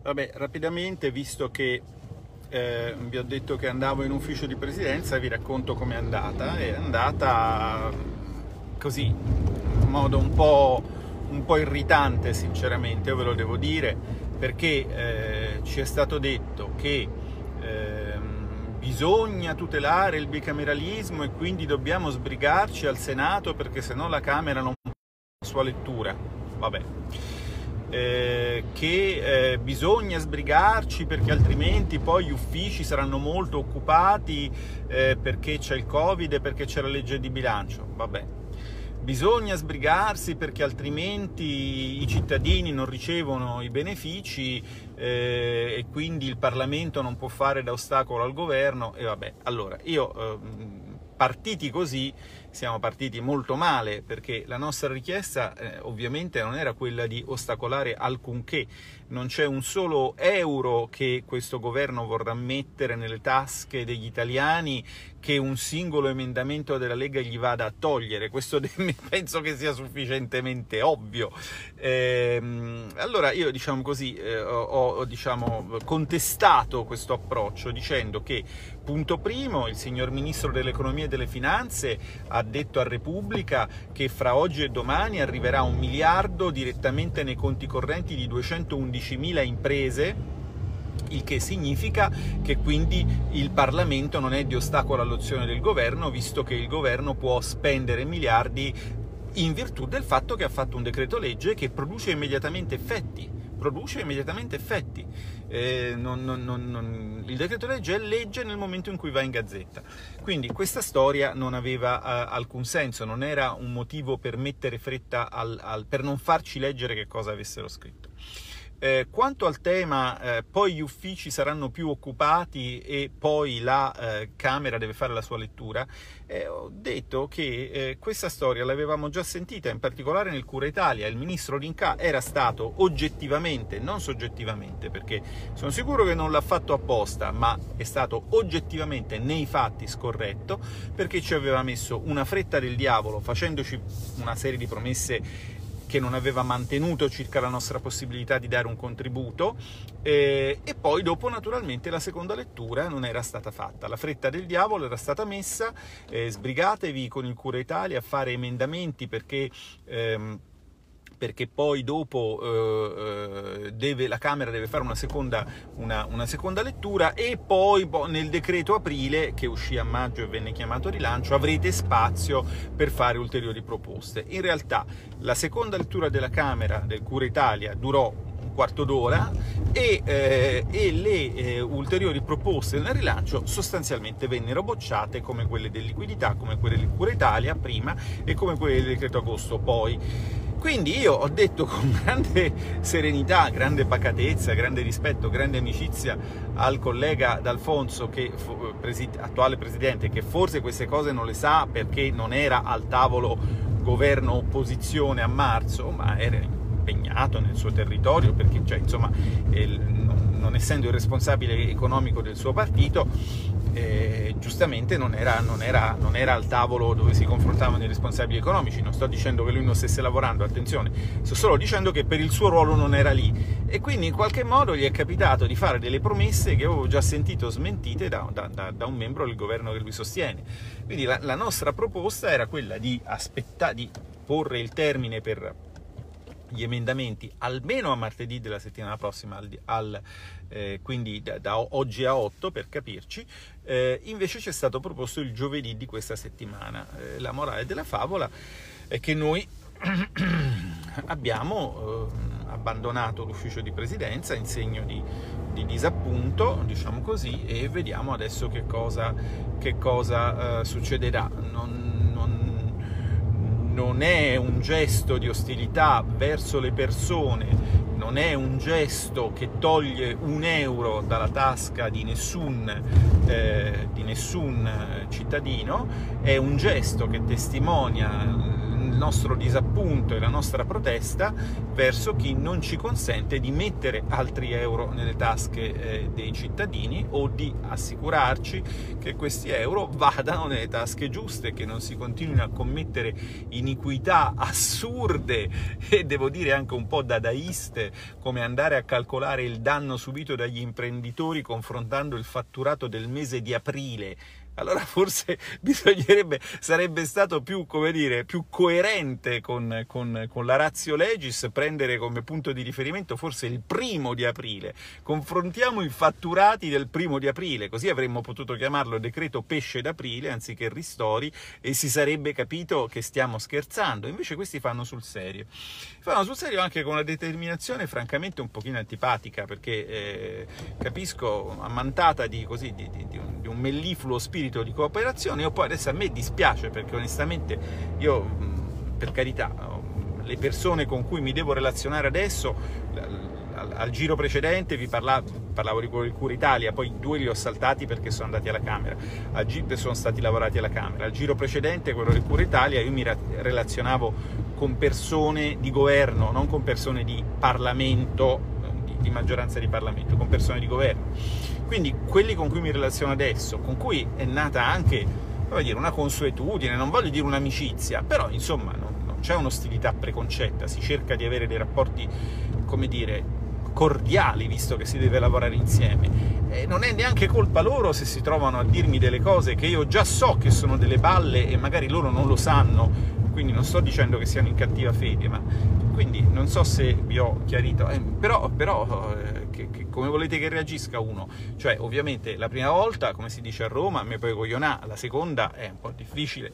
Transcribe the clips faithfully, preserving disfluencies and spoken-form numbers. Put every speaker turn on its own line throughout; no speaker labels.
Vabbè, rapidamente, visto che eh, vi ho detto che andavo in ufficio di presidenza, vi racconto com'è andata. È andata così, in modo un po', un po' irritante, sinceramente, io ve lo devo dire, perché eh, ci è stato detto che eh, bisogna tutelare il bicameralismo e quindi dobbiamo sbrigarci al Senato perché sennò la Camera non fa la sua lettura. Vabbè. Eh, che eh, bisogna sbrigarci perché altrimenti poi gli uffici saranno molto occupati eh, perché c'è il Covid e perché c'è la legge di bilancio. Vabbè. Bisogna sbrigarsi perché altrimenti i cittadini non ricevono i benefici eh, e quindi il Parlamento non può fare da ostacolo al governo. E vabbè, allora io eh, partiti così siamo partiti molto male, perché la nostra richiesta eh, ovviamente non era quella di ostacolare alcunché. Non c'è un solo euro che questo governo vorrà mettere nelle tasche degli italiani che un singolo emendamento della Lega gli vada a togliere. Questo penso che sia sufficientemente ovvio. Ehm, allora io, diciamo così, eh, ho, ho diciamo, contestato questo approccio dicendo che, punto primo, il signor Ministro dell'Economia e delle Finanze ha detto a Repubblica che fra oggi e domani arriverà un miliardo direttamente nei conti correnti di duecentoundicimila imprese, il che significa che quindi il Parlamento non è di ostacolo all'azione del governo, visto che il governo può spendere miliardi in virtù del fatto che ha fatto un decreto legge che produce immediatamente effetti. produce immediatamente effetti. Eh, non, non, non, il decreto legge è legge nel momento in cui va in gazzetta. Quindi questa storia non aveva uh, alcun senso, non era un motivo per mettere fretta al, al, per non farci leggere che cosa avessero scritto. Eh, quanto al tema, eh, poi gli uffici saranno più occupati e poi la eh, Camera deve fare la sua lettura, eh, ho detto che eh, questa storia l'avevamo già sentita, in particolare nel Cura Italia. Il ministro D'Incà era stato oggettivamente, non soggettivamente, perché sono sicuro che non l'ha fatto apposta, ma è stato oggettivamente nei fatti scorretto, perché ci aveva messo una fretta del diavolo facendoci una serie di promesse che non aveva mantenuto circa la nostra possibilità di dare un contributo, eh, e poi dopo naturalmente la seconda lettura non era stata fatta. La fretta del diavolo era stata messa, eh, sbrigatevi con il Cura Italia a fare emendamenti perché... Ehm, perché poi dopo eh, deve, la Camera deve fare una seconda, una, una seconda lettura, e poi boh, nel decreto aprile, che uscì a maggio e venne chiamato rilancio, avrete spazio per fare ulteriori proposte. In realtà la seconda lettura della Camera del Cura Italia durò un quarto d'ora e, eh, e le eh, ulteriori proposte nel rilancio sostanzialmente vennero bocciate, come quelle del liquidità, come quelle del Cura Italia prima e come quelle del decreto agosto poi. Quindi io ho detto con grande serenità, grande pacatezza, grande rispetto, grande amicizia al collega D'Alfonso, che presid- attuale presidente, che forse queste cose non le sa perché non era al tavolo governo-opposizione a marzo, ma era impegnato nel suo territorio, perché cioè, insomma, il, non, non essendo il responsabile economico del suo partito, Eh, giustamente non era, non, era, non era al tavolo dove si confrontavano i responsabili economici. Non sto dicendo che lui non stesse lavorando, attenzione, sto solo dicendo che per il suo ruolo non era lì, e quindi in qualche modo gli è capitato di fare delle promesse che avevo già sentito smentite da, da, da un membro del governo che lui sostiene. Quindi la, la nostra proposta era quella di aspettare, di porre il termine per gli emendamenti almeno a martedì della settimana prossima, al, al, eh, quindi da, da oggi a otto per capirci. Eh, invece ci è stato proposto il giovedì di questa settimana. Eh, la morale della favola è che noi abbiamo eh, abbandonato l'ufficio di presidenza in segno di, di disappunto, diciamo così, e vediamo adesso che cosa, che cosa eh, succederà. Non, non è un gesto di ostilità verso le persone, non è un gesto che toglie un euro dalla tasca di nessun, eh, di nessun cittadino, è un gesto che testimonia nostro disappunto e la nostra protesta verso chi non ci consente di mettere altri euro nelle tasche eh, dei cittadini o di assicurarci che questi euro vadano nelle tasche giuste, che non si continuino a commettere iniquità assurde e devo dire anche un po' dadaiste, come andare a calcolare il danno subito dagli imprenditori confrontando il fatturato del mese di aprile. Allora forse bisognerebbe, sarebbe stato più, come dire, più coerente con, con, con la ratio legis prendere come punto di riferimento forse il primo di aprile. Confrontiamo i fatturati del primo di aprile, così avremmo potuto chiamarlo decreto pesce d'aprile anziché ristori e si sarebbe capito che stiamo scherzando. Invece questi fanno sul serio. Fanno sul serio anche con una determinazione francamente un pochino antipatica, perché eh, capisco, ammantata di, così, di, di, di, un, di un mellifluo spirito di cooperazione. Io poi adesso a me dispiace, perché onestamente io, per carità, le persone con cui mi devo relazionare adesso, al, al giro precedente vi parlavo, parlavo di quello di Cura Italia, poi due li ho saltati perché sono andati alla Camera, al giro, sono stati lavorati alla Camera. Al giro precedente, quello di Cura Italia, io mi relazionavo con persone di governo, non con persone di Parlamento, di, di maggioranza di Parlamento, con persone di governo. Quindi quelli con cui mi relaziono adesso, con cui è nata anche, come dire, una consuetudine, non voglio dire un'amicizia, però insomma non, non c'è un'ostilità preconcetta, si cerca di avere dei rapporti, come dire, cordiali, visto che si deve lavorare insieme. E non è neanche colpa loro se si trovano a dirmi delle cose che io già so che sono delle balle e magari loro non lo sanno, quindi non sto dicendo che siano in cattiva fede, ma quindi non so se vi ho chiarito, eh, però, però eh, che, che, come volete che reagisca uno? Cioè, ovviamente la prima volta, come si dice a Roma, me poi coglionà, la seconda è un po' difficile.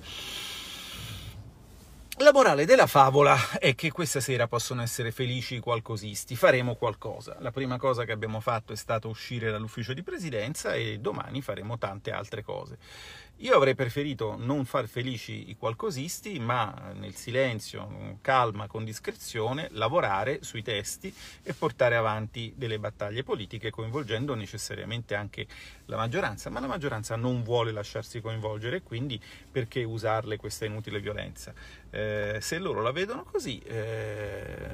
La morale della favola è che questa sera possono essere felici i qualcosisti, faremo qualcosa. La prima cosa che abbiamo fatto è stato uscire dall'ufficio di presidenza e domani faremo tante altre cose. Io avrei preferito non far felici i qualcosisti, ma nel silenzio, con calma, con discrezione, lavorare sui testi e portare avanti delle battaglie politiche coinvolgendo necessariamente anche la maggioranza. Ma la maggioranza non vuole lasciarsi coinvolgere, quindi perché usarle questa inutile violenza? Eh, se loro la vedono così, eh,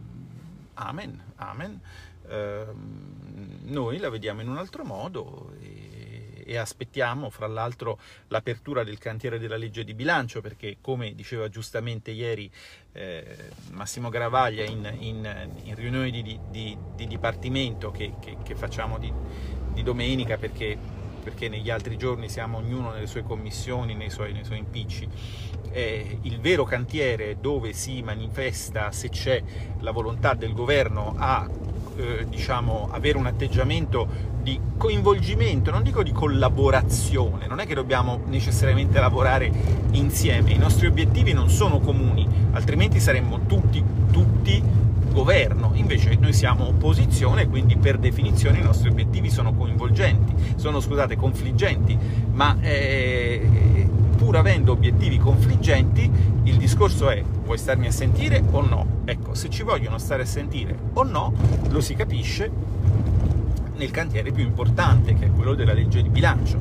amen, amen. Eh, noi la vediamo in un altro modo e e aspettiamo fra l'altro l'apertura del cantiere della legge di bilancio, perché come diceva giustamente ieri eh, Massimo Garavaglia in, in, in riunioni di, di, di, di dipartimento che, che, che facciamo di, di domenica, perché, perché negli altri giorni siamo ognuno nelle sue commissioni, nei suoi, nei suoi impicci, eh, il vero cantiere dove si manifesta se c'è la volontà del governo a eh, diciamo, avere un atteggiamento di coinvolgimento, non dico di collaborazione, non è che dobbiamo necessariamente lavorare insieme, i nostri obiettivi non sono comuni, altrimenti saremmo tutti, tutti governo, invece noi siamo opposizione, quindi per definizione i nostri obiettivi sono coinvolgenti, sono, scusate, confliggenti, ma eh, pur avendo obiettivi confliggenti, il discorso è: vuoi starmi a sentire o no? Ecco, se ci vogliono stare a sentire o no, lo si capisce nel cantiere più importante, che è quello della legge di bilancio.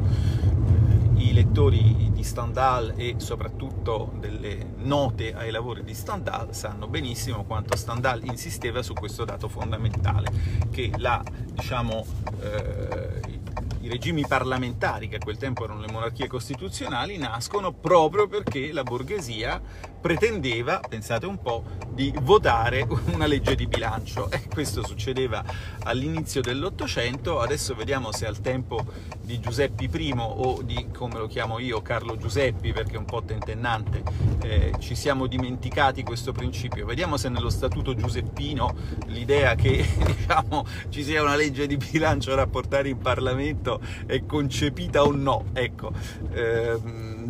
I lettori di Stendhal e soprattutto delle note ai lavori di Stendhal sanno benissimo quanto Stendhal insisteva su questo dato fondamentale, che la, diciamo, eh, i regimi parlamentari, che a quel tempo erano le monarchie costituzionali, nascono proprio perché la borghesia pretendeva, pensate un po', di votare una legge di bilancio. E questo succedeva all'inizio dell'Ottocento. Adesso vediamo se al tempo di Giuseppe primo o di, come lo chiamo io, Carlo Giuseppi, perché è un po' tentennante, eh, ci siamo dimenticati questo principio. Vediamo se nello statuto giuseppino l'idea che diciamo, ci sia una legge di bilancio da portare in Parlamento è concepita o no. Ecco, ehm,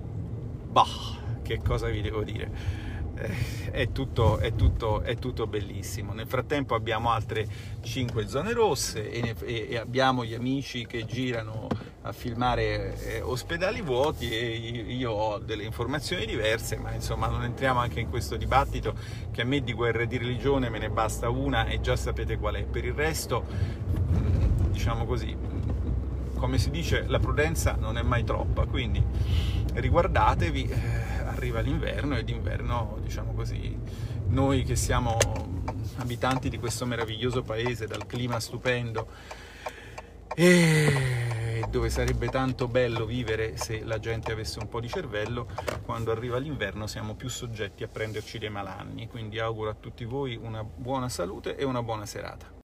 bah, che cosa vi devo dire? Eh, è, tutto, è, tutto, è tutto bellissimo. Nel frattempo abbiamo altre cinque zone rosse e, ne, e, e abbiamo gli amici che girano a filmare eh, ospedali vuoti, e io ho delle informazioni diverse, ma insomma non entriamo anche in questo dibattito, che a me di guerra e di religione me ne basta una e già sapete qual è. Per il resto, diciamo così, come si dice, la prudenza non è mai troppa, quindi riguardatevi, eh, arriva l'inverno e d'inverno, diciamo così, noi che siamo abitanti di questo meraviglioso paese dal clima stupendo e dove sarebbe tanto bello vivere se la gente avesse un po' di cervello, quando arriva l'inverno siamo più soggetti a prenderci dei malanni. Quindi auguro a tutti voi una buona salute e una buona serata.